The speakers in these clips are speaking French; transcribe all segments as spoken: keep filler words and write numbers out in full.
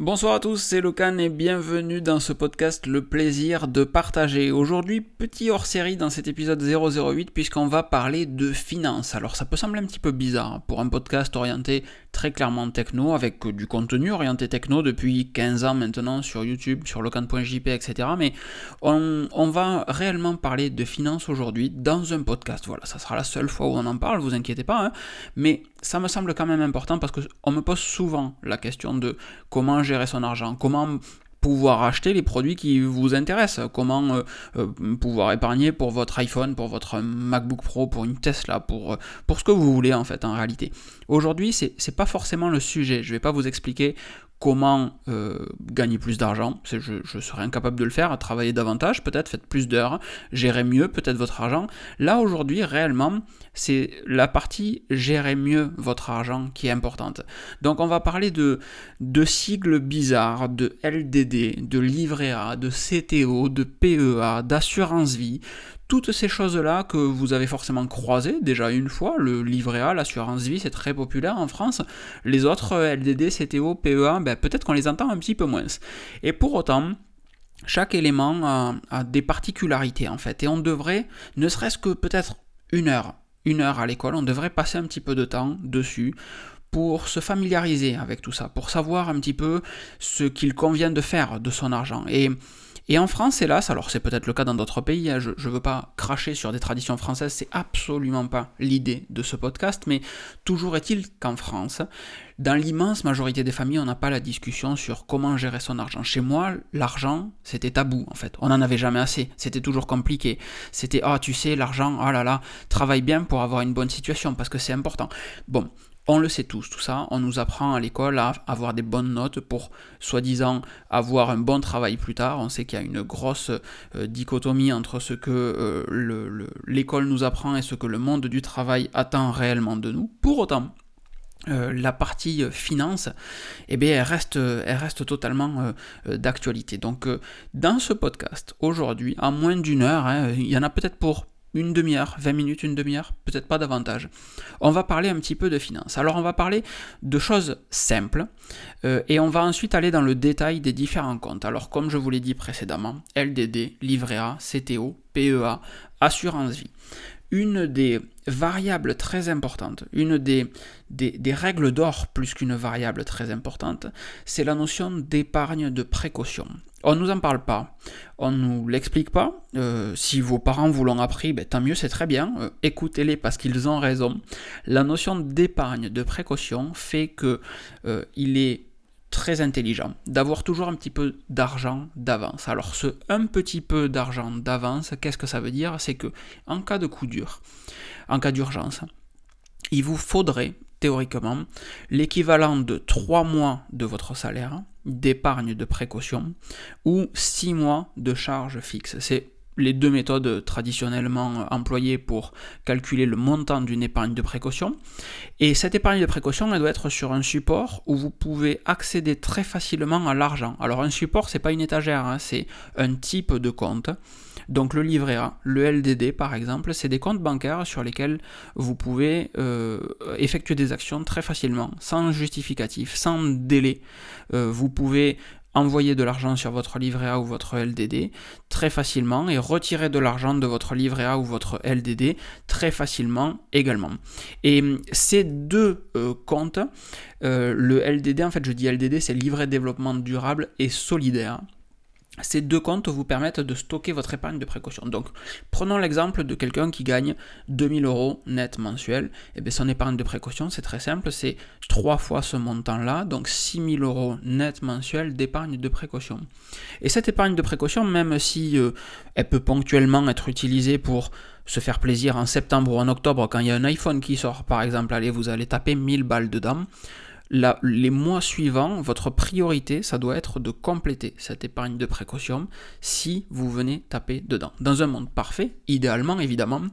Bonsoir à tous, c'est Locan et bienvenue dans ce podcast Le plaisir de partager. Aujourd'hui, petit hors-série dans cet épisode zéro zéro huit puisqu'on va parler de finances. Alors ça peut sembler un petit peu bizarre pour un podcast orienté très clairement techno avec du contenu orienté techno depuis quinze ans maintenant sur YouTube, sur locan point j p, et cetera. Mais on, on va réellement parler de finances aujourd'hui dans un podcast. Voilà, ça sera la seule fois où on en parle, vous inquiétez pas. Hein. Mais ça me semble quand même important parce qu'on me pose souvent la question de comment gérer son argent, comment pouvoir acheter les produits qui vous intéressent, comment euh, euh, pouvoir épargner pour votre iPhone, pour votre MacBook Pro, pour une Tesla, pour, pour ce que vous voulez en fait en réalité. Aujourd'hui, c'est, c'est pas forcément le sujet, je vais pas vous expliquer comment euh, gagner plus d'argent, c'est, je, je serais incapable de le faire, travailler davantage, peut-être faites plus d'heures, gérer mieux peut-être votre argent. Là aujourd'hui réellement, c'est la partie gérer mieux votre argent qui est importante. Donc on va parler de, de sigles bizarres, de L D D, de livret A, de C T O, de P E A, d'assurance vie, toutes ces choses-là que vous avez forcément croisées déjà une fois, le livret A, l'assurance vie, c'est très populaire en France. Les autres, L D D, C T O, P E A, ben, peut-être qu'on les entend un petit peu moins. Et pour autant, chaque élément a, a des particularités en fait. Et on devrait, ne serait-ce que peut-être une heure, une heure à l'école, on devrait passer un petit peu de temps dessus pour se familiariser avec tout ça, pour savoir un petit peu ce qu'il convient de faire de son argent. Et Et en France, hélas, alors c'est peut-être le cas dans d'autres pays, hein, je ne veux pas cracher sur des traditions françaises, c'est absolument pas l'idée de ce podcast, mais toujours est-il qu'en France, dans l'immense majorité des familles, on n'a pas la discussion sur comment gérer son argent. Chez moi, l'argent, c'était tabou en fait, on n'en avait jamais assez, c'était toujours compliqué, c'était « ah tu sais, l'argent, ah là là, travaille bien pour avoir une bonne situation, parce que c'est important ». Bon, on le sait tous, tout ça, on nous apprend à l'école à avoir des bonnes notes pour, soi-disant, avoir un bon travail plus tard. On sait qu'il y a une grosse euh, dichotomie entre ce que euh, le, le, l'école nous apprend et ce que le monde du travail attend réellement de nous. Pour autant, Euh, la partie euh, finance, eh bien, elle reste, elle reste totalement euh, d'actualité. Donc, euh, dans ce podcast, aujourd'hui, en moins d'une heure, hein, il y en a peut-être pour une demi-heure, vingt minutes, une demi-heure, peut-être pas davantage. On va parler un petit peu de finances. Alors, on va parler de choses simples euh, et on va ensuite aller dans le détail des différents comptes. Alors, comme je vous l'ai dit précédemment, L D D, livret A, C T O, P E A, assurance vie. Une des variables très importantes, une des, des, des règles d'or plus qu'une variable très importante, c'est la notion d'épargne de précaution. On ne nous en parle pas, on ne nous l'explique pas. Euh, si vos parents vous l'ont appris, ben, tant mieux, c'est très bien. Euh, écoutez-les parce qu'ils ont raison. La notion d'épargne de précaution fait que euh, il est très intelligent d'avoir toujours un petit peu d'argent d'avance. Alors ce un petit peu d'argent d'avance, qu'est-ce que ça veut dire ? C'est que en cas de coup dur, en cas d'urgence, il vous faudrait théoriquement l'équivalent de trois mois de votre salaire d'épargne de précaution ou six mois de charges fixes. C'est les deux méthodes traditionnellement employées pour calculer le montant d'une épargne de précaution. Et cette épargne de précaution, elle doit être sur un support où vous pouvez accéder très facilement à l'argent. Alors un support, c'est pas une étagère, hein, c'est un type de compte. Donc le livret A, le L D D par exemple, c'est des comptes bancaires sur lesquels vous pouvez euh, effectuer des actions très facilement, sans justificatif, sans délai. Euh, vous pouvez envoyer de l'argent sur votre livret A ou votre L D D très facilement et retirer de l'argent de votre livret A ou votre L D D très facilement également. Et ces deux euh, comptes, euh, le L D D, en fait je dis L D D, c'est livret de développement durable et solidaire. Ces deux comptes vous permettent de stocker votre épargne de précaution. Donc, prenons l'exemple de quelqu'un qui gagne deux mille euros net mensuel. Et bien, son épargne de précaution, c'est très simple, c'est trois fois ce montant-là, donc six mille euros net mensuel d'épargne de précaution. Et cette épargne de précaution, même si euh, elle peut ponctuellement être utilisée pour se faire plaisir en septembre ou en octobre, quand il y a un iPhone qui sort, par exemple, allez, vous allez taper mille balles dedans. La, les mois suivants, votre priorité, ça doit être de compléter cette épargne de précaution si vous venez taper dedans. Dans un monde parfait, idéalement, évidemment,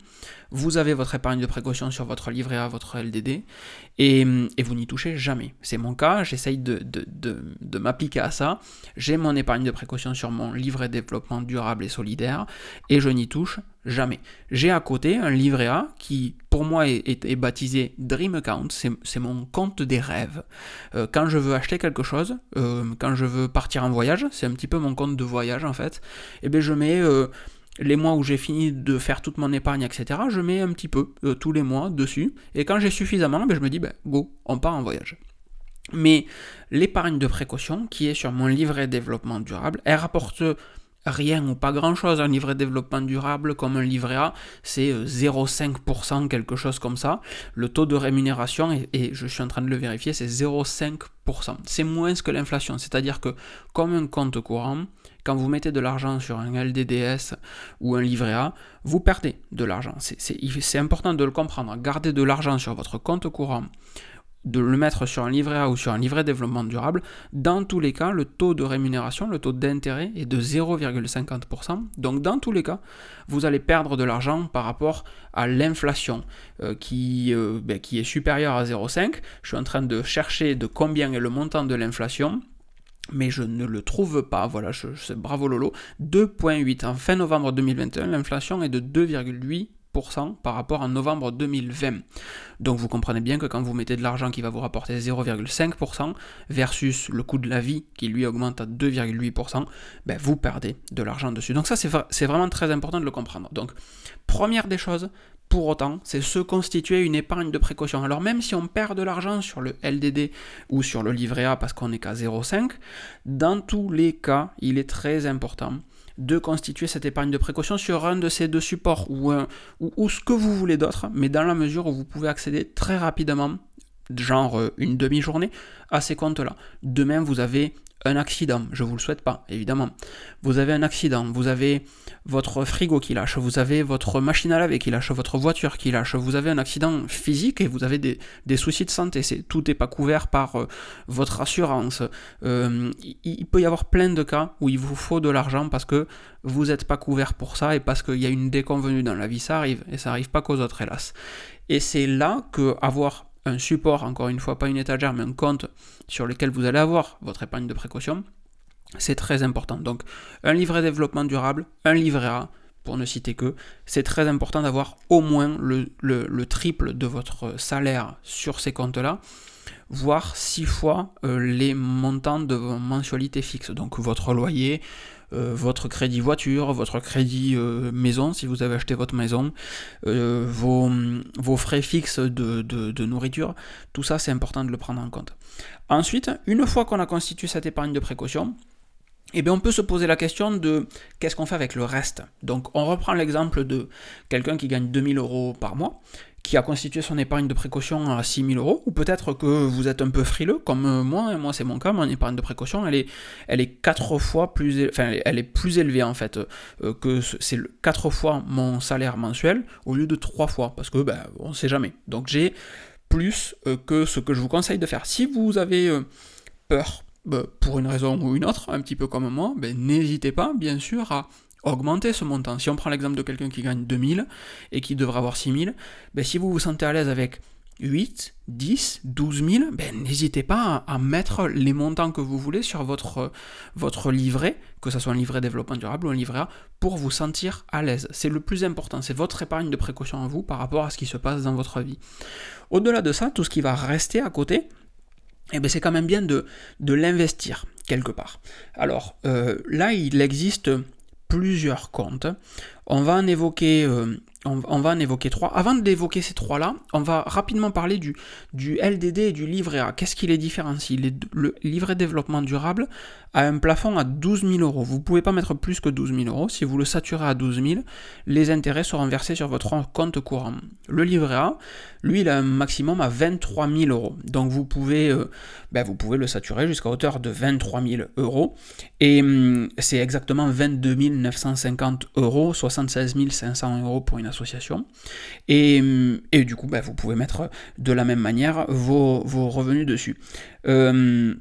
vous avez votre épargne de précaution sur votre livret A, votre L D D, et, et vous n'y touchez jamais. C'est mon cas, j'essaye de, de, de, de m'appliquer à ça. J'ai mon épargne de précaution sur mon livret développement durable et solidaire, et je n'y touche jamais. J'ai à côté un livret A qui, pour moi, est, est, est baptisé Dream Account, c'est, c'est mon compte des rêves. Euh, quand je veux acheter quelque chose, euh, quand je veux partir en voyage, c'est un petit peu mon compte de voyage en fait, et bien je mets... Euh, les mois où j'ai fini de faire toute mon épargne, et cetera, je mets un petit peu euh, tous les mois dessus, et quand j'ai suffisamment, ben, je me dis, ben, go, on part en voyage. Mais l'épargne de précaution, qui est sur mon livret développement durable, elle rapporte rien ou pas grand-chose. Un livret développement durable comme un livret A, c'est zéro virgule cinq pour cent, quelque chose comme ça. Le taux de rémunération, et, et je suis en train de le vérifier, c'est zéro virgule cinq pour cent. C'est moins que l'inflation, c'est-à-dire que comme un compte courant, quand vous mettez de l'argent sur un L D D S ou un livret A, vous perdez de l'argent. C'est, c'est, c'est important de le comprendre. Gardez de l'argent sur votre compte courant, de le mettre sur un livret A ou sur un livret développement durable, dans tous les cas, le taux de rémunération, le taux d'intérêt est de zéro virgule cinquante pour cent. Donc dans tous les cas, vous allez perdre de l'argent par rapport à l'inflation euh, qui, euh, ben, qui est supérieure à zéro virgule cinq. Je suis en train de chercher de combien est le montant de l'inflation, mais je ne le trouve pas, voilà, je, je, bravo Lolo, deux virgule huit. En fin novembre deux mille vingt et un, l'inflation est de deux virgule huit pour cent par rapport à novembre deux mille vingt. Donc vous comprenez bien que quand vous mettez de l'argent qui va vous rapporter zéro virgule cinq pour cent versus le coût de la vie qui lui augmente à deux virgule huit pour cent, ben vous perdez de l'argent dessus. Donc ça c'est, c'est vraiment très important de le comprendre. Donc première des choses, pour autant, c'est se constituer une épargne de précaution. Alors même si on perd de l'argent sur le L D D ou sur le livret A parce qu'on n'est qu'à zéro virgule cinq, dans tous les cas, il est très important de constituer cette épargne de précaution sur un de ces deux supports ou, un, ou, ou ce que vous voulez d'autre, mais dans la mesure où vous pouvez accéder très rapidement, genre une demi-journée, à ces comptes-là. Demain, vous avez un accident, je ne vous le souhaite pas, évidemment. Vous avez un accident, vous avez votre frigo qui lâche, vous avez votre machine à laver qui lâche, votre voiture qui lâche, vous avez un accident physique et vous avez des, des soucis de santé, c'est, tout n'est pas couvert par euh, votre assurance. Euh, il, il peut y avoir plein de cas où il vous faut de l'argent parce que vous n'êtes pas couvert pour ça et parce qu'il y a une déconvenue dans la vie, ça arrive, et ça n'arrive pas qu'aux autres, hélas. Et c'est là que avoir un support, encore une fois, pas une étagère, mais un compte sur lequel vous allez avoir votre épargne de précaution, c'est très important. Donc, un livret développement durable, un livret A, pour ne citer que, c'est très important d'avoir au moins le, le, le triple de votre salaire sur ces comptes-là, voire six fois euh, les montants de vos mensualités fixes, donc votre loyer, euh, votre crédit voiture, votre crédit euh, maison, si vous avez acheté votre maison, euh, vos, vos frais fixes de, de, de nourriture, tout ça c'est important de le prendre en compte. Ensuite, une fois qu'on a constitué cette épargne de précaution, eh bien on peut se poser la question de qu'est-ce qu'on fait avec le reste. Donc on reprend l'exemple de quelqu'un qui gagne deux mille euros par mois, qui a constitué son épargne de précaution à six mille euros, ou peut-être que vous êtes un peu frileux, comme moi, et moi c'est mon cas, mon épargne de précaution, elle est, elle est quatre fois plus, enfin elle est plus élevée en fait, euh, que c'est quatre fois mon salaire mensuel, au lieu de trois fois, parce que ben, on ne sait jamais. Donc j'ai plus euh, que ce que je vous conseille de faire. Si vous avez euh, peur, ben, pour une raison ou une autre, un petit peu comme moi, ben, n'hésitez pas, bien sûr, à augmenter ce montant. Si on prend l'exemple de quelqu'un qui gagne deux mille et qui devrait avoir six mille, ben si vous vous sentez à l'aise avec huit, dix, douze mille, ben n'hésitez pas à, à mettre les montants que vous voulez sur votre, votre livret, que ce soit un livret développement durable ou un livret A, pour vous sentir à l'aise. C'est le plus important, c'est votre épargne de précaution à vous par rapport à ce qui se passe dans votre vie. Au-delà de ça, tout ce qui va rester à côté, eh ben c'est quand même bien de, de l'investir quelque part. Alors euh, là, il existe plusieurs comptes. On va en évoquer, euh, on, on va en évoquer trois. Avant d'évoquer ces trois-là, on va rapidement parler du, du L D D et du livret A. Qu'est-ce qui les différencie ? Les, le livret développement durable a un plafond à douze mille euros. Vous ne pouvez pas mettre plus que douze mille euros. Si vous le saturez à douze mille, les intérêts seront versés sur votre compte courant. Le livret A, lui, il a un maximum à vingt-trois mille euros. Donc vous pouvez, euh, ben vous pouvez le saturer jusqu'à hauteur de vingt-trois mille euros. Et hum, c'est exactement vingt-deux mille neuf cent cinquante euros, soixante-seize mille cinq cents euros pour une association. Et, hum, et du coup, ben, vous pouvez mettre de la même manière vos, vos revenus dessus. Euh,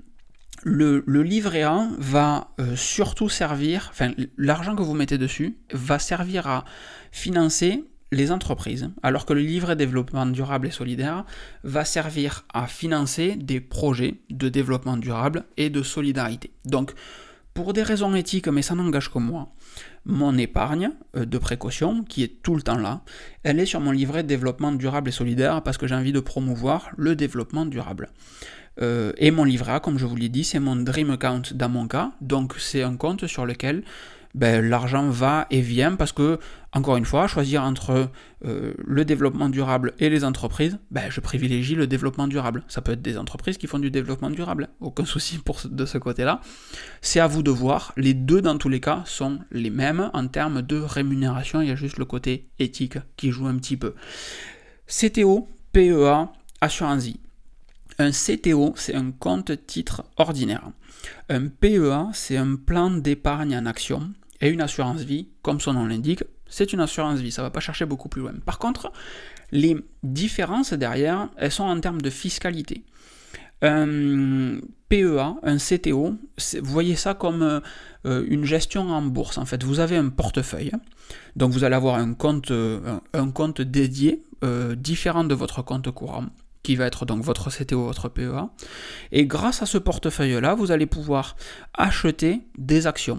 Le, le livret A va euh, surtout servir, enfin l'argent que vous mettez dessus va servir à financer les entreprises, alors que le livret développement durable et solidaire va servir à financer des projets de développement durable et de solidarité. Donc, pour des raisons éthiques, mais ça n'engage que moi, mon épargne de précaution, qui est tout le temps là, elle est sur mon livret de développement durable et solidaire parce que j'ai envie de promouvoir le développement durable. Euh, et mon livret A, comme je vous l'ai dit, c'est mon Dream Account dans mon cas, donc c'est un compte sur lequel ben, l'argent va et vient parce que, encore une fois, choisir entre euh, le développement durable et les entreprises, ben, je privilégie le développement durable. Ça peut être des entreprises qui font du développement durable, aucun souci pour ce, de ce côté-là. C'est à vous de voir, les deux dans tous les cas sont les mêmes en termes de rémunération, il y a juste le côté éthique qui joue un petit peu. C T O, P E A, assurance vie. Un C T O, c'est un compte titre ordinaire. Un P E A, c'est un plan d'épargne en action. Et une assurance vie, comme son nom l'indique, c'est une assurance vie, ça ne va pas chercher beaucoup plus loin. Par contre, les différences derrière, elles sont en termes de fiscalité. Un P E A, un C T O, vous voyez ça comme euh, une gestion en bourse. En fait, vous avez un portefeuille, donc vous allez avoir un compte, euh, un compte dédié, euh, différent de votre compte courant, qui va être donc votre C T O, votre P E A. Et grâce à ce portefeuille-là, vous allez pouvoir acheter des actions.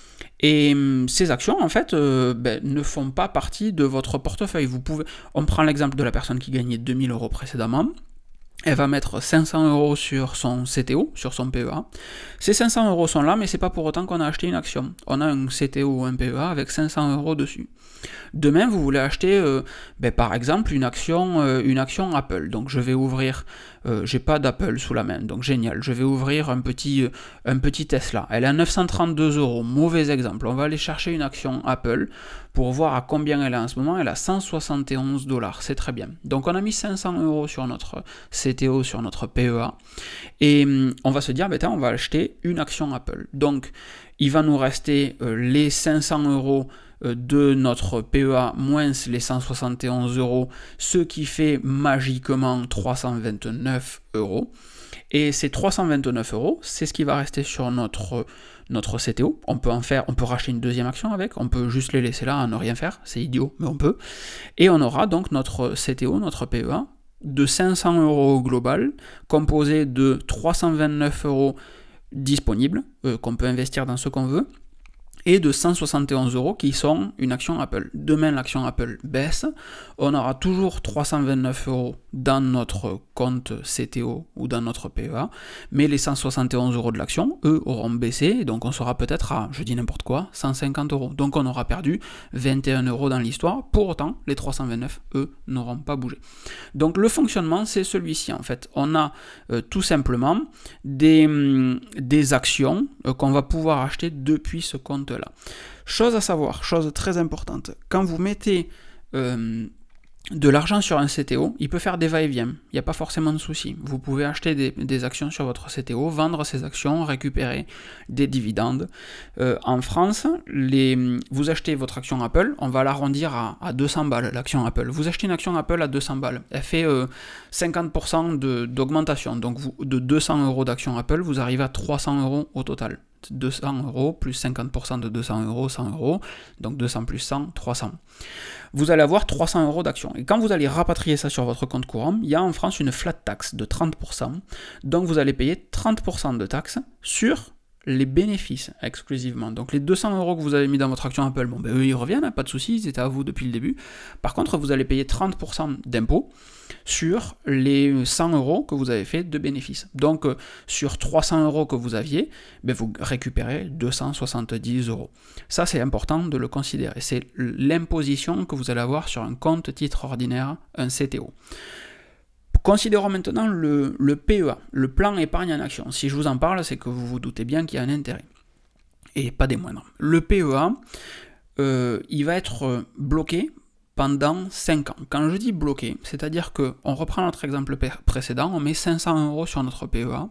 Et ces actions, en fait, euh, ben, ne font pas partie de votre portefeuille. Vous pouvez, on prend l'exemple de la personne qui gagnait deux mille euros précédemment. Elle va mettre cinq cents euros sur son C T O, sur son P E A. Ces cinq cents euros sont là, mais c'est pas pour autant qu'on a acheté une action. On a un C T O ou un P E A avec cinq cents euros dessus. Demain, vous voulez acheter, euh, ben, par exemple, une action, euh, une action Apple. Donc, je vais ouvrir, euh, j'ai pas d'Apple sous la main, donc génial. Je vais ouvrir un petit, un petit Tesla. Elle est à neuf cent trente-deux euros. Mauvais exemple. On va aller chercher une action Apple pour voir à combien elle est en ce moment. Elle est à cent soixante et onze dollars. C'est très bien. Donc, on a mis cinq cents euros sur notre C T O, sur notre P E A. Et hum, on va se dire, ben, on va acheter une action Apple. Donc, il va nous rester euh, les cinq cents euros de notre P E A moins les cent soixante et onze euros, ce qui fait magiquement trois cent vingt-neuf euros. Et ces trois cent vingt-neuf euros, c'est ce qui va rester sur notre, notre C T O. On peut en faire, on peut racheter une deuxième action avec, on peut juste les laisser là à ne rien faire, c'est idiot, mais on peut. Et on aura donc notre C T O, notre P E A, de cinq cents euros au global, composé de trois cent vingt-neuf euros disponibles, euh, qu'on peut investir dans ce qu'on veut, et de cent soixante et onze euros qui sont une action Apple. Demain, l'action Apple baisse, on aura toujours trois cent vingt-neuf euros dans notre compte C T O ou dans notre P E A, mais les cent soixante et onze euros de l'action, eux, auront baissé, et donc on sera peut-être à, je dis n'importe quoi, cent cinquante euros. Donc on aura perdu vingt et un euros dans l'histoire. Pour autant, les trois cent vingt-neuf, eux, n'auront pas bougé. Donc le fonctionnement, c'est celui-ci en fait. On a euh, tout simplement des, hum, des actions euh, qu'on va pouvoir acheter depuis ce compte-là. Chose à savoir, chose très importante, quand vous mettez euh, de l'argent sur un C T O, il peut faire des va-et-vient, il n'y a pas forcément de souci. Vous pouvez acheter des, des actions sur votre C T O, vendre ces actions, récupérer des dividendes. Euh, en France, les, vous achetez votre action Apple, on va l'arrondir à, à deux cents balles, l'action Apple. Vous achetez une action Apple à deux cents balles, elle fait euh, cinquante pour cent de, d'augmentation, donc vous, de deux cents euros d'action Apple, vous arrivez à trois cents euros au total. deux cents euros plus cinquante pour cent de deux cents euros, cent euros, donc deux cents plus cent, trois cents. Vous allez avoir trois cents euros d'actions. Et quand vous allez rapatrier ça sur votre compte courant, il y a en France une flat tax de trente pour cent, donc vous allez payer trente pour cent de taxes sur les bénéfices exclusivement. Donc les deux cents euros que vous avez mis dans votre action Apple, bon ben eux ils reviennent, hein, pas de souci, ils étaient à vous depuis le début. Par contre, vous allez payer trente pour cent d'impôts sur les cent euros que vous avez fait de bénéfices. Donc euh, sur trois cents euros que vous aviez, ben, vous récupérez deux cent soixante-dix euros. Ça c'est important de le considérer. C'est l'imposition que vous allez avoir sur un compte titre ordinaire, un C T O. Considérons maintenant le, le P E A, le plan épargne en action. Si je vous en parle, c'est que vous vous doutez bien qu'il y a un intérêt. Et pas des moindres. Le P E A, euh, il va être bloqué pendant cinq ans. Quand je dis bloqué, c'est-à-dire qu'on reprend notre exemple précédent, on met cinq cents euros sur notre P E A.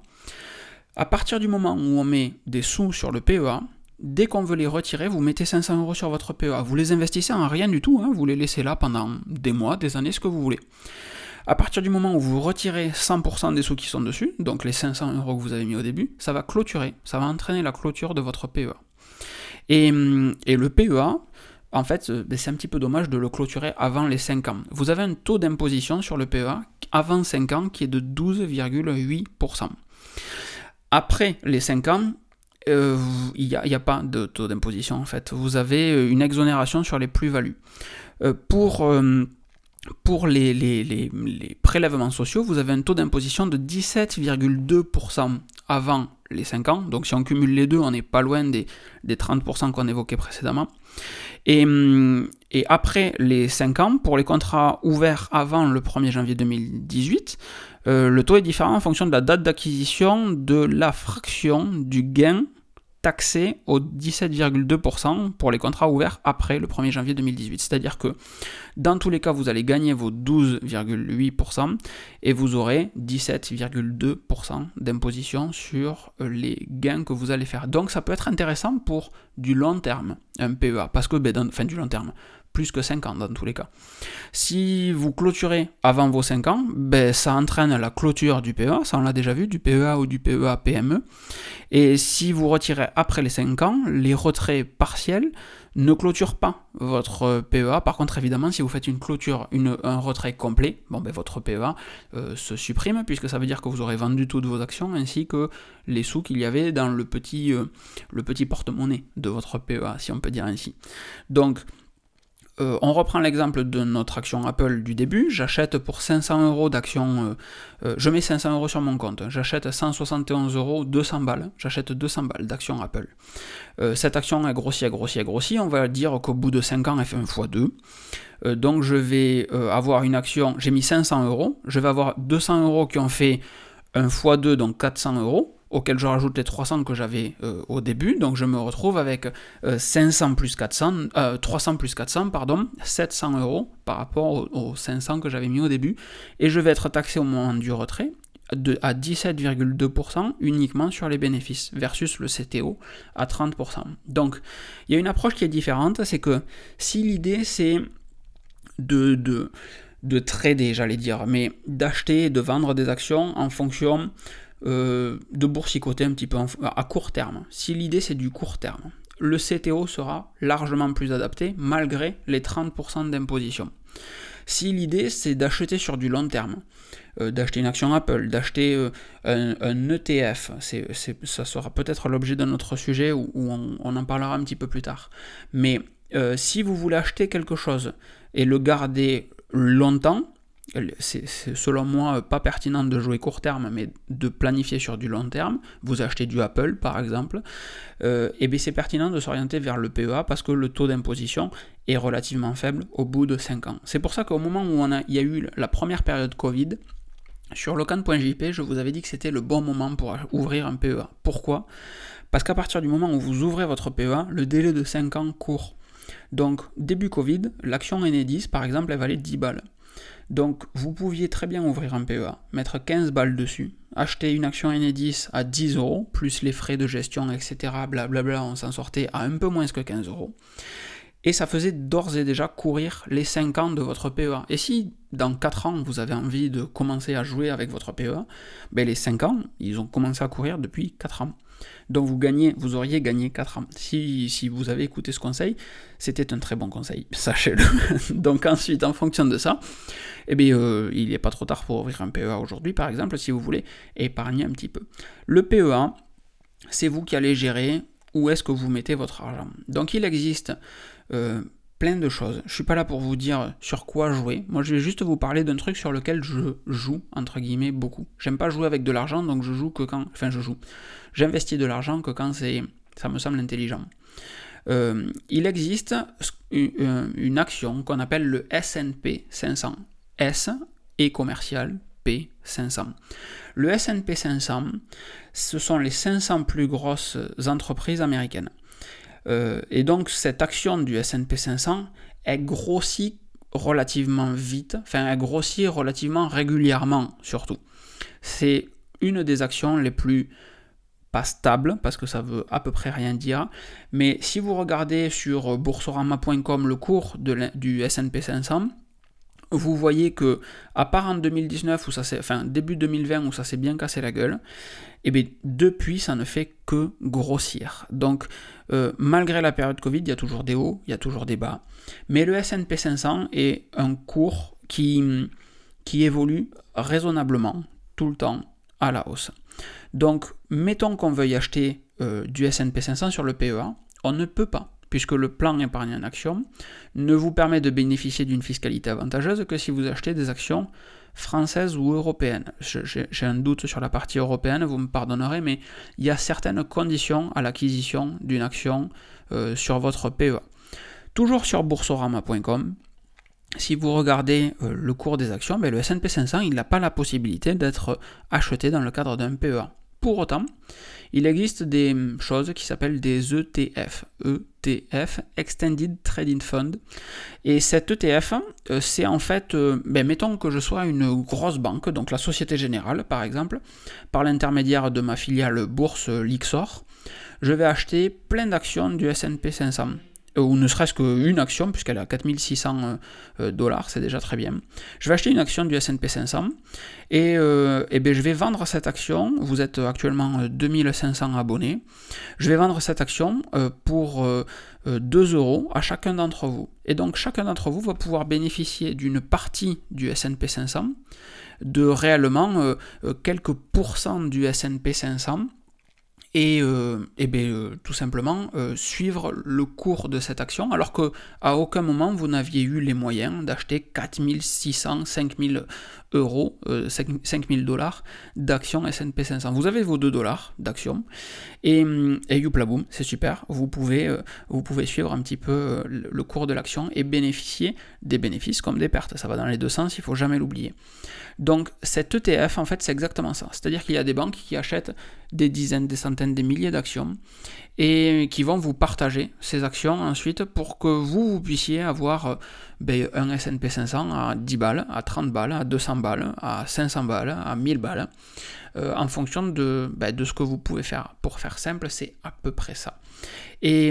À partir du moment où on met des sous sur le P E A, dès qu'on veut les retirer, vous mettez cinq cents euros sur votre P E A. Vous les investissez en rien du tout, hein, vous les laissez là pendant des mois, des années, ce que vous voulez. À partir du moment où vous retirez cent pour cent des sous qui sont dessus, donc les cinq cents euros que vous avez mis au début, ça va clôturer, ça va entraîner la clôture de votre P E A. Et, et le P E A, en fait, c'est un petit peu dommage de le clôturer avant les cinq ans. Vous avez un taux d'imposition sur le P E A avant cinq ans qui est de douze virgule huit pour cent. Après les cinq ans, euh, il n'y a, a pas de taux d'imposition en fait. Vous avez une exonération sur les plus-values. Euh, pour... Euh, Pour les, les, les, les prélèvements sociaux, vous avez un taux d'imposition de dix-sept virgule deux pour cent avant les cinq ans. Donc si on cumule les deux, on n'est pas loin des, des trente pour cent qu'on évoquait précédemment. Et, et après les cinq ans, pour les contrats ouverts avant le premier janvier deux mille dix-huit, euh, le taux est différent en fonction de la date d'acquisition de la fraction du gain taxé au dix-sept virgule deux pour cent pour les contrats ouverts après le premier janvier deux mille dix-huit. C'est-à-dire que dans tous les cas, vous allez gagner vos douze virgule huit pour cent et vous aurez dix-sept virgule deux pour cent d'imposition sur les gains que vous allez faire. Donc ça peut être intéressant pour du long terme, un P E A, parce que, ben, dans, enfin du long terme, plus que cinq ans dans tous les cas. Si vous clôturez avant vos cinq ans, ben, ça entraîne la clôture du P E A, ça on l'a déjà vu, du P E A ou du P E A P M E. Et si vous retirez après les cinq ans, les retraits partiels ne clôturent pas votre P E A. Par contre, évidemment, si vous faites une clôture, une, un retrait complet, bon, ben, votre P E A euh, se supprime, puisque ça veut dire que vous aurez vendu toutes vos actions, ainsi que les sous qu'il y avait dans le petit, euh, le petit porte-monnaie de votre P E A, si on peut dire ainsi. Donc, Euh, on reprend l'exemple de notre action Apple du début, j'achète pour cinq cents euros d'actions, euh, euh, je mets cinq cents euros sur mon compte, j'achète cent soixante et onze euros, deux cents balles, j'achète deux cents balles d'actions Apple. Euh, cette action a grossi, a grossi, a grossi, on va dire qu'au bout de cinq ans elle fait un fois deux, euh, donc je vais euh, avoir une action, j'ai mis cinq cents euros, je vais avoir deux cents euros qui ont fait un fois deux, donc quatre cents euros, auquel je rajoute les trois cents que j'avais euh, au début, donc je me retrouve avec euh, cinq cents plus quatre cents, euh, trois cents plus quatre cents, pardon, sept cents euros par rapport aux, aux cinq cents que j'avais mis au début, et je vais être taxé au moment du retrait de, à dix-sept virgule deux pour cent uniquement sur les bénéfices, versus le C T O à trente pour cent. Donc, il y a une approche qui est différente, c'est que si l'idée c'est de... de de trader, j'allais dire, mais d'acheter et de vendre des actions en fonction euh, de boursicoter un petit peu en, à court terme. Si l'idée c'est du court terme, le C T O sera largement plus adapté malgré les trente pour cent d'imposition. Si l'idée c'est d'acheter sur du long terme, euh, d'acheter une action Apple, d'acheter euh, un, un E T F, c'est, c'est, ça sera peut-être l'objet d'un autre sujet où, où on, on en parlera un petit peu plus tard. Mais euh, si vous voulez acheter quelque chose et le garder longtemps, c'est, c'est selon moi pas pertinent de jouer court terme, mais de planifier sur du long terme. Vous achetez du Apple par exemple, euh, et bien c'est pertinent de s'orienter vers le P E A parce que le taux d'imposition est relativement faible au bout de cinq ans. C'est pour ça qu'au moment où on a, il y a eu la première période Covid, sur locan point j p, je vous avais dit que c'était le bon moment pour ouvrir un P E A. Pourquoi ? Parce qu'à partir du moment où vous ouvrez votre P E A, le délai de cinq ans court. Donc, début Covid, l'action Enedis, par exemple, elle valait dix balles. Donc, vous pouviez très bien ouvrir un P E A, mettre quinze balles dessus, acheter une action Enedis à dix euros, plus les frais de gestion, et cetera, blablabla, on s'en sortait à un peu moins que quinze euros. Et ça faisait d'ores et déjà courir les cinq ans de votre P E A. Et si, dans quatre ans, vous avez envie de commencer à jouer avec votre P E A, ben les cinq ans, ils ont commencé à courir depuis quatre ans. Donc vous gagnez, vous auriez gagné quatre ans. Si, si vous avez écouté ce conseil, c'était un très bon conseil, sachez-le. Donc ensuite, en fonction de ça, eh bien, euh, il n'est pas trop tard pour ouvrir un P E A aujourd'hui, par exemple, si vous voulez épargner un petit peu. Le P E A, c'est vous qui allez gérer où est-ce que vous mettez votre argent. Donc il existe euh, plein de choses. Je ne suis pas là pour vous dire sur quoi jouer. Moi, je vais juste vous parler d'un truc sur lequel je joue, entre guillemets, beaucoup. J'aime pas jouer avec de l'argent, donc je joue que quand... Enfin, je joue. J'investis de l'argent que quand c'est... ça me semble intelligent. Euh, il existe une, une action qu'on appelle le S and P cinq cents. S et commercial, P cinq cents. Le S and P cinq cents, ce sont les cinq cents plus grosses entreprises américaines. Euh, et donc cette action du S and P cinq cents, elle grossit relativement vite, enfin elle grossit relativement régulièrement surtout. C'est une des actions les plus pas stables, parce que ça veut à peu près rien dire, mais si vous regardez sur boursorama point com le cours de du S and P cinq cents, vous voyez que, à part en deux mille dix-neuf, où ça s'est, enfin début deux mille vingt, où ça s'est bien cassé la gueule, et bien depuis, ça ne fait que grossir. Donc, euh, malgré la période Covid, il y a toujours des hauts, il y a toujours des bas, mais le S and P cinq cents est un cours qui, qui évolue raisonnablement, tout le temps, à la hausse. Donc, mettons qu'on veuille acheter euh, du S and P cinq cents sur le P E A, on ne peut pas, puisque le plan épargne en actions ne vous permet de bénéficier d'une fiscalité avantageuse que si vous achetez des actions françaises ou européennes. J'ai, j'ai un doute sur la partie européenne, vous me pardonnerez, mais il y a certaines conditions à l'acquisition d'une action euh, sur votre P E A. Toujours sur boursorama point com, si vous regardez euh, le cours des actions, ben le S and P cinq cents, il n'a pas la possibilité d'être acheté dans le cadre d'un P E A. Pour autant, il existe des choses qui s'appellent des E T F, E T F, Extended Trading Fund. Et cet E T F, euh, c'est en fait, euh, ben, mettons que je sois une grosse banque, donc la Société Générale par exemple, par l'intermédiaire de ma filiale bourse Lyxor, je vais acheter plein d'actions du S and P cinq cents. Ou ne serait-ce qu'une action, puisqu'elle est à quatre mille six cents dollars, c'est déjà très bien. Je vais acheter une action du S and P cinq cents, et, euh, et bien je vais vendre cette action, vous êtes actuellement deux mille cinq cents abonnés, je vais vendre cette action euh, pour euh, deux euros à chacun d'entre vous. Et donc chacun d'entre vous va pouvoir bénéficier d'une partie du S and P cinq cents, de réellement euh, quelques pourcents du S and P cinq cents, et, euh, et bien, euh, tout simplement euh, suivre le cours de cette action, alors qu'à aucun moment vous n'aviez eu les moyens d'acheter quatre mille six cents, cinq mille euros, euh, cinq mille dollars d'actions S and P cinq cents. Vous avez vos deux dollars d'actions, et, et youpla boum, c'est super, vous pouvez, euh, vous pouvez suivre un petit peu euh, le cours de l'action et bénéficier des bénéfices comme des pertes. Ça va dans les deux sens, il ne faut jamais l'oublier. Donc cet E T F, en fait, c'est exactement ça. C'est-à-dire qu'il y a des banques qui achètent des dizaines, des centaines, des milliers d'actions et qui vont vous partager ces actions ensuite pour que vous, vous puissiez avoir ben, un S and P cinq cents à dix balles, à trente balles, à deux cents balles, à cinq cents balles, à mille balles, euh, en fonction de, ben, de ce que vous pouvez faire. Pour faire simple, c'est à peu près ça. Et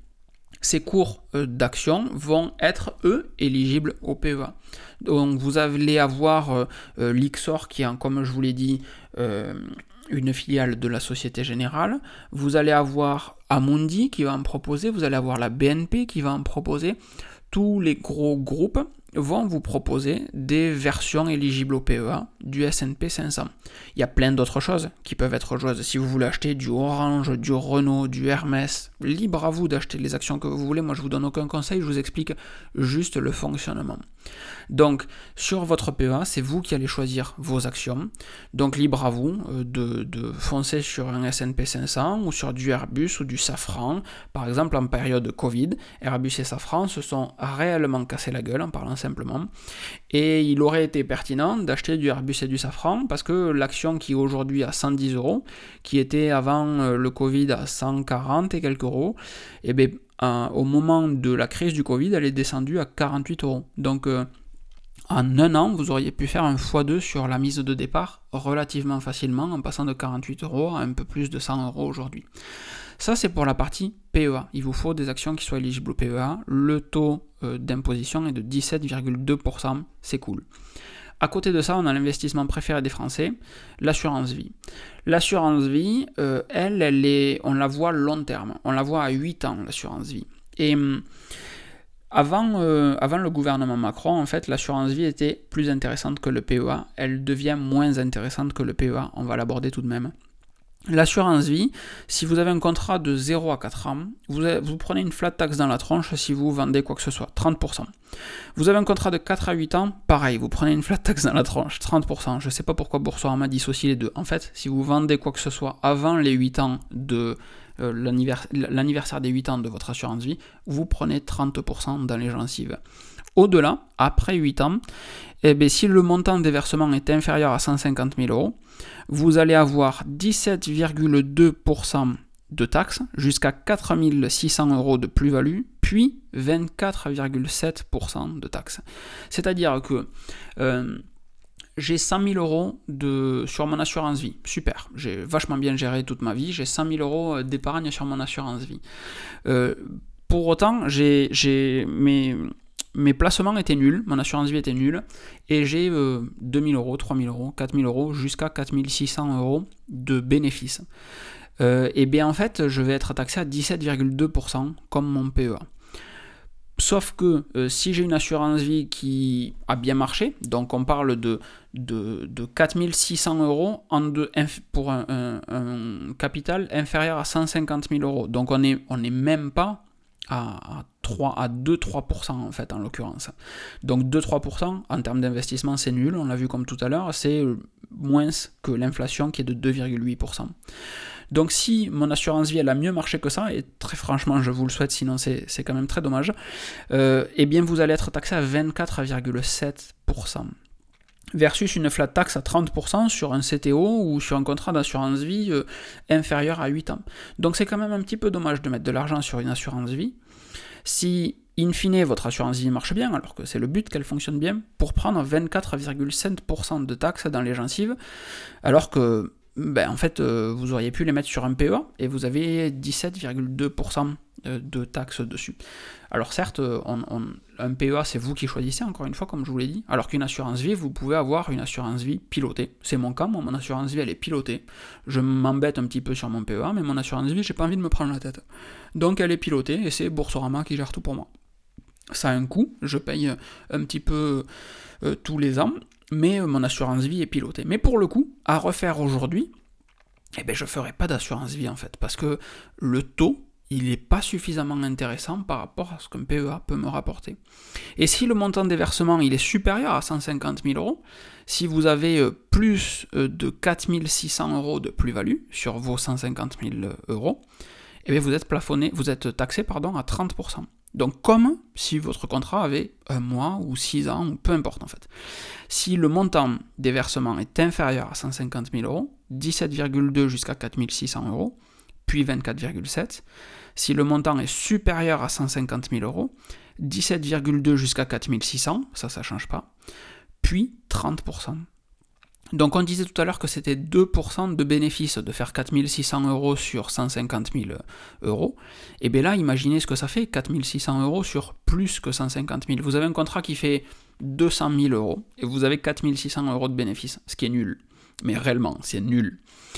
ces cours euh, d'actions vont être, eux, éligibles au P E A. Donc vous allez avoir euh, euh, Lyxor qui est, comme je vous l'ai dit, euh, une filiale de la Société Générale. Vous allez avoir Amundi qui va en proposer, vous allez avoir la B N P qui va en proposer. Tous les gros groupes vont vous proposer des versions éligibles au P E A du S and P cinq cents. Il y a plein d'autres choses qui peuvent être joueuses. Si vous voulez acheter du Orange, du Renault, du Hermès, libre à vous d'acheter les actions que vous voulez. Moi, je ne vous donne aucun conseil, je vous explique juste le fonctionnement. Donc, sur votre P E A, c'est vous qui allez choisir vos actions. Donc, libre à vous de, de foncer sur un S and P cinq cents ou sur du Airbus ou du Safran. Par exemple, en période Covid, Airbus et Safran se sont réellement cassés la gueule, en parlant simplement. Et il aurait été pertinent d'acheter du Airbus et du Safran parce que l'action qui est aujourd'hui à cent dix euros, qui était avant le Covid à cent quarante et quelques euros, et bien, euh, au moment de la crise du Covid, elle est descendue à quarante-huit euros. Donc, euh, en un an, vous auriez pu faire un fois deux sur la mise de départ relativement facilement en passant de quarante-huit euros à un peu plus de cent euros aujourd'hui. Ça, c'est pour la partie P E A. Il vous faut des actions qui soient éligibles au P E A. Le taux euh, d'imposition est de dix-sept virgule deux pour cent. C'est cool. À côté de ça, on a l'investissement préféré des Français, l'assurance vie. L'assurance vie, euh, elle, elle est, on la voit long terme. On la voit à huit ans, l'assurance vie. Et hum, Avant, euh, avant le gouvernement Macron, en fait, l'assurance vie était plus intéressante que le P E A. Elle devient moins intéressante que le P E A. On va l'aborder tout de même. L'assurance vie, si vous avez un contrat de zéro à quatre ans, vous, avez, vous prenez une flat tax dans la tronche si vous vendez quoi que ce soit, trente pour cent. Vous avez un contrat de quatre à huit ans, pareil, vous prenez une flat tax dans la tronche, trente pour cent. Je ne sais pas pourquoi Boursorama dissocie les deux. En fait, si vous vendez quoi que ce soit avant les huit ans de euh, l'annivers- l'anniversaire des huit ans de votre assurance vie, vous prenez trente pour cent dans les gencives. Au-delà, après huit ans, eh bien, si le montant des versements est inférieur à cent cinquante mille euros, vous allez avoir dix-sept virgule deux pour cent de taxes jusqu'à quatre mille six cents euros de plus-value, puis vingt-quatre virgule sept pour cent de taxes. C'est-à-dire que euh, j'ai cent mille euros de, sur mon assurance vie. Super, j'ai vachement bien géré toute ma vie, j'ai cent mille euros d'épargne sur mon assurance vie. Euh, pour autant, j'ai, j'ai mes... mes placements étaient nuls, mon assurance vie était nulle, et j'ai euh, deux mille euros, trois mille euros, quatre mille euros, jusqu'à quatre mille six cents euros de bénéfices. Euh, et bien en fait, je vais être taxé à dix-sept virgule deux pour cent comme mon P E A. Sauf que euh, si j'ai une assurance vie qui a bien marché, donc on parle de, de, de quatre mille six cents euros en de, pour un, un, un capital inférieur à cent cinquante mille euros. Donc on n'est on est même pas à, à, trois, à deux à trois pour cent en fait en l'occurrence. Donc deux à trois pour cent en termes d'investissement c'est nul, on l'a vu comme tout à l'heure, c'est moins que l'inflation qui est de deux virgule huit pour cent. Donc si mon assurance vie elle a mieux marché que ça, et très franchement je vous le souhaite, sinon c'est, c'est quand même très dommage, euh, eh bien vous allez être taxé à vingt-quatre virgule sept pour cent. Versus une flat tax à trente pour cent sur un C T O ou sur un contrat d'assurance vie euh, inférieur à huit ans. Donc c'est quand même un petit peu dommage de mettre de l'argent sur une assurance vie. Si in fine votre assurance vie marche bien, alors que c'est le but qu'elle fonctionne bien, pour prendre vingt-quatre virgule sept pour cent de taxes dans les gencives, alors que ben, en fait, euh, vous auriez pu les mettre sur un P E A et vous avez dix-sept virgule deux pour cent de taxes dessus. Alors certes, on, on, un P E A, c'est vous qui choisissez, encore une fois, comme je vous l'ai dit, alors qu'une assurance vie, vous pouvez avoir une assurance vie pilotée. C'est mon cas, moi, mon assurance vie, elle est pilotée. Je m'embête un petit peu sur mon P E A, mais mon assurance vie, j'ai pas envie de me prendre la tête. Donc elle est pilotée, et c'est Boursorama qui gère tout pour moi. Ça a un coût, je paye un petit peu euh, tous les ans, mais mon assurance vie est pilotée. Mais pour le coup, à refaire aujourd'hui, eh ben, je ne ferai pas d'assurance vie en fait, parce que le taux, il n'est pas suffisamment intéressant par rapport à ce qu'un P E A peut me rapporter. Et si le montant des versements il est supérieur à cent cinquante mille euros, si vous avez plus de quatre mille six cents euros de plus-value sur vos cent cinquante mille euros, eh bien vous êtes plafonné, vous êtes taxé pardon, à trente pour cent. Donc comme si votre contrat avait un mois ou six ans, ou peu importe en fait. Si le montant des versements est inférieur à cent cinquante mille euros, dix-sept virgule deux jusqu'à quatre mille six cents euros, puis vingt-quatre virgule sept. Si le montant est supérieur à cent cinquante mille euros, dix-sept virgule deux jusqu'à quatre mille six cents, ça, ça ne change pas, puis trente pour cent. Donc on disait tout à l'heure que c'était deux pour cent de bénéfice de faire quatre mille six cents euros sur cent cinquante mille euros. Et bien là, imaginez ce que ça fait, quatre mille six cents euros sur plus que cent cinquante mille. Vous avez un contrat qui fait deux cent mille euros et vous avez quatre mille six cents euros de bénéfice, ce qui est nul. Mais réellement, c'est nul.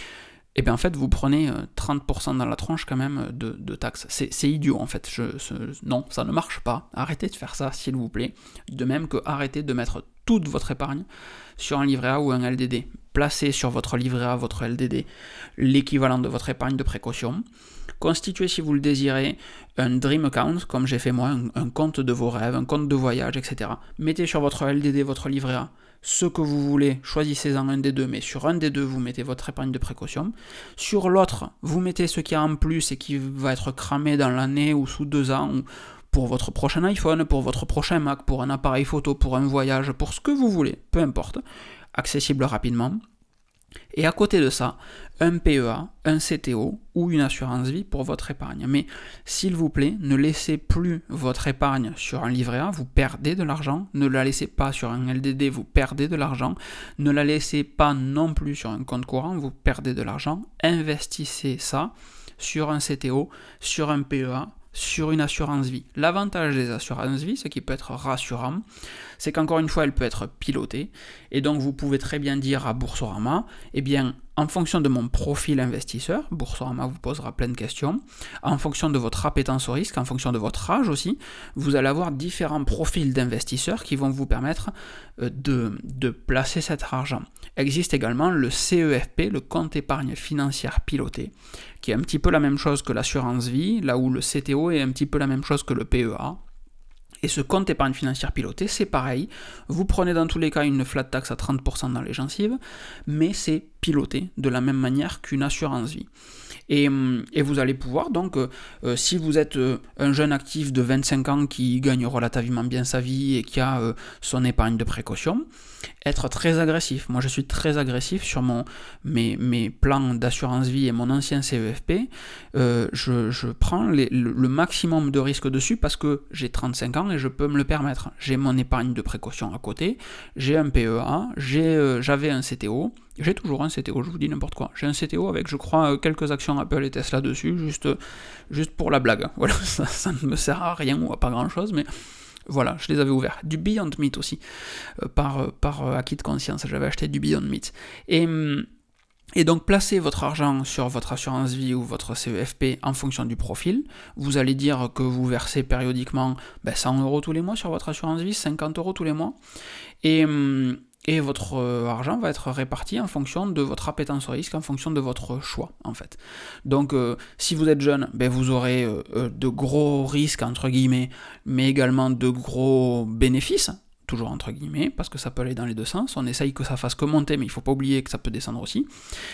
Et bien en fait, vous prenez trente pour cent dans la tronche quand même de, de taxes. C'est, c'est idiot en fait. Je, ce, non, ça ne marche pas. Arrêtez de faire ça, s'il vous plaît. De même que arrêtez de mettre toute votre épargne sur un livret A ou un L D D. Placez sur votre livret A, votre L D D, l'équivalent de votre épargne de précaution. Constituez, si vous le désirez, un Dream Account, comme j'ai fait moi, un, un compte de vos rêves, un compte de voyage, et cetera. Mettez sur votre L D D, votre livret A, ce que vous voulez, choisissez-en un des deux, mais sur un des deux, vous mettez votre épargne de précaution. Sur l'autre, vous mettez ce qu'il y a en plus et qui va être cramé dans l'année ou sous deux ans, ou pour votre prochain iPhone, pour votre prochain Mac, pour un appareil photo, pour un voyage, pour ce que vous voulez, peu importe, accessible rapidement. Et à côté de ça, un P E A, un C T O ou une assurance vie pour votre épargne. Mais s'il vous plaît, ne laissez plus votre épargne sur un livret A, vous perdez de l'argent. Ne la laissez pas sur un L D D, vous perdez de l'argent. Ne la laissez pas non plus sur un compte courant, vous perdez de l'argent. Investissez ça sur un C T O, sur un P E A, sur une assurance vie. L'avantage des assurances vie, ce qui peut être rassurant, c'est qu'encore une fois, elle peut être pilotée, et donc vous pouvez très bien dire à Boursorama, eh bien, en fonction de mon profil investisseur, Boursorama vous posera plein de questions, en fonction de votre appétence au risque, en fonction de votre âge aussi, vous allez avoir différents profils d'investisseurs qui vont vous permettre de, de placer cet argent. Existe également le C E F P, le compte épargne financière piloté, qui est un petit peu la même chose que l'assurance vie, là où le C T O est un petit peu la même chose que le P E A. Et ce compte épargne financière piloté, c'est pareil. Vous prenez dans tous les cas une flat tax à trente pour cent dans les gencives, mais c'est piloté de la même manière qu'une assurance vie. Et, et vous allez pouvoir donc, euh, si vous êtes euh, un jeune actif de vingt-cinq ans qui gagne relativement bien sa vie et qui a euh, son épargne de précaution, être très agressif. Moi je suis très agressif sur mon, mes, mes plans d'assurance vie et mon ancien C E F P. Euh, je, je prends les, le, le maximum de risques dessus parce que j'ai trente-cinq ans et je peux me le permettre. J'ai mon épargne de précaution à côté, j'ai un P E A, j'ai, euh, j'avais un C T O. J'ai toujours un C T O, je vous dis n'importe quoi. J'ai un C T O avec, je crois, quelques actions Apple et Tesla dessus, juste, juste pour la blague. Voilà, ça, ça ne me sert à rien ou à pas grand-chose, mais Voilà, je les avais ouverts. Du Beyond Meat aussi, euh, par, par euh, acquis de conscience, j'avais acheté du Beyond Meat. Et... Hum, Et donc, placez votre argent sur votre assurance vie ou votre C E F P en fonction du profil. Vous allez dire que vous versez périodiquement ben, cent euros tous les mois sur votre assurance vie, cinquante euros tous les mois. Et, et votre argent va être réparti en fonction de votre appétence au risque, en fonction de votre choix, en fait. Donc, euh, si vous êtes jeune, ben, vous aurez euh, de gros risques, entre guillemets, mais également de gros bénéfices, toujours entre guillemets, parce que ça peut aller dans les deux sens, on essaye que ça fasse que monter, mais il ne faut pas oublier que ça peut descendre aussi.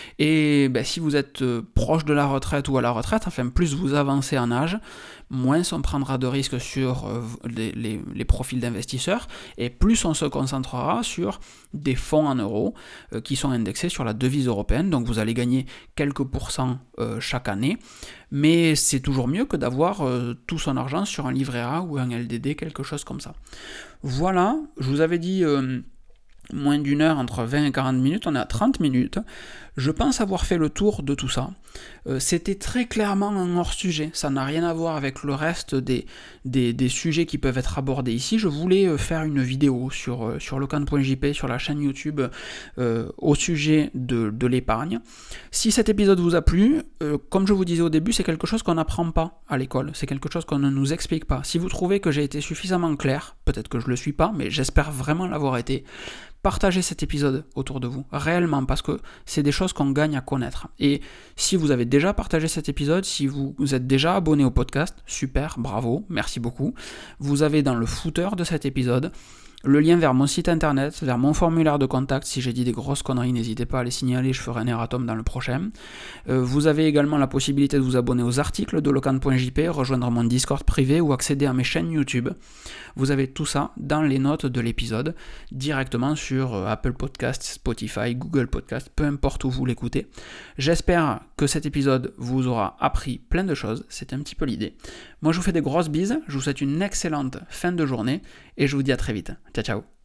Et ben, si vous êtes euh, proche de la retraite ou à la retraite, enfin plus vous avancez en âge, moins on prendra de risques sur euh, les, les, les profils d'investisseurs, et plus on se concentrera sur des fonds en euros euh, qui sont indexés sur la devise européenne, donc vous allez gagner quelques pourcents euh, chaque année, mais c'est toujours mieux que d'avoir euh, tout son argent sur un livret A ou un L D D, quelque chose comme ça. Voilà, je vous avais dit euh, moins d'une heure, entre vingt et quarante minutes, on est à trente minutes. Je pense avoir fait le tour de tout ça. Euh, c'était très clairement un hors-sujet, ça n'a rien à voir avec le reste des, des, des sujets qui peuvent être abordés ici. Je voulais faire une vidéo sur, euh, sur lecan point j p, sur la chaîne YouTube, euh, au sujet de, de l'épargne. Si cet épisode vous a plu, euh, comme je vous disais au début, c'est quelque chose qu'on n'apprend pas à l'école, c'est quelque chose qu'on ne nous explique pas. Si vous trouvez que j'ai été suffisamment clair, peut-être que je ne le suis pas, mais j'espère vraiment l'avoir été, partagez cet épisode autour de vous, réellement, parce que c'est des choses qu'on gagne à connaître. Et si vous avez déjà partagé cet épisode, si vous, vous êtes déjà abonné au podcast, super, bravo, merci beaucoup. Vous avez dans le footer de cet épisode le lien vers mon site internet, vers mon formulaire de contact. Si j'ai dit des grosses conneries, n'hésitez pas à les signaler, je ferai un erratum dans le prochain. Euh, vous avez également la possibilité de vous abonner aux articles de lecan point j p, rejoindre mon Discord privé ou accéder à mes chaînes YouTube. Vous avez tout ça dans les notes de l'épisode, directement sur Apple Podcasts, Spotify, Google Podcasts, peu importe où vous l'écoutez. J'espère que cet épisode vous aura appris plein de choses, c'est un petit peu l'idée. Moi je vous fais des grosses bises, je vous souhaite une excellente fin de journée et je vous dis à très vite. Ciao ciao.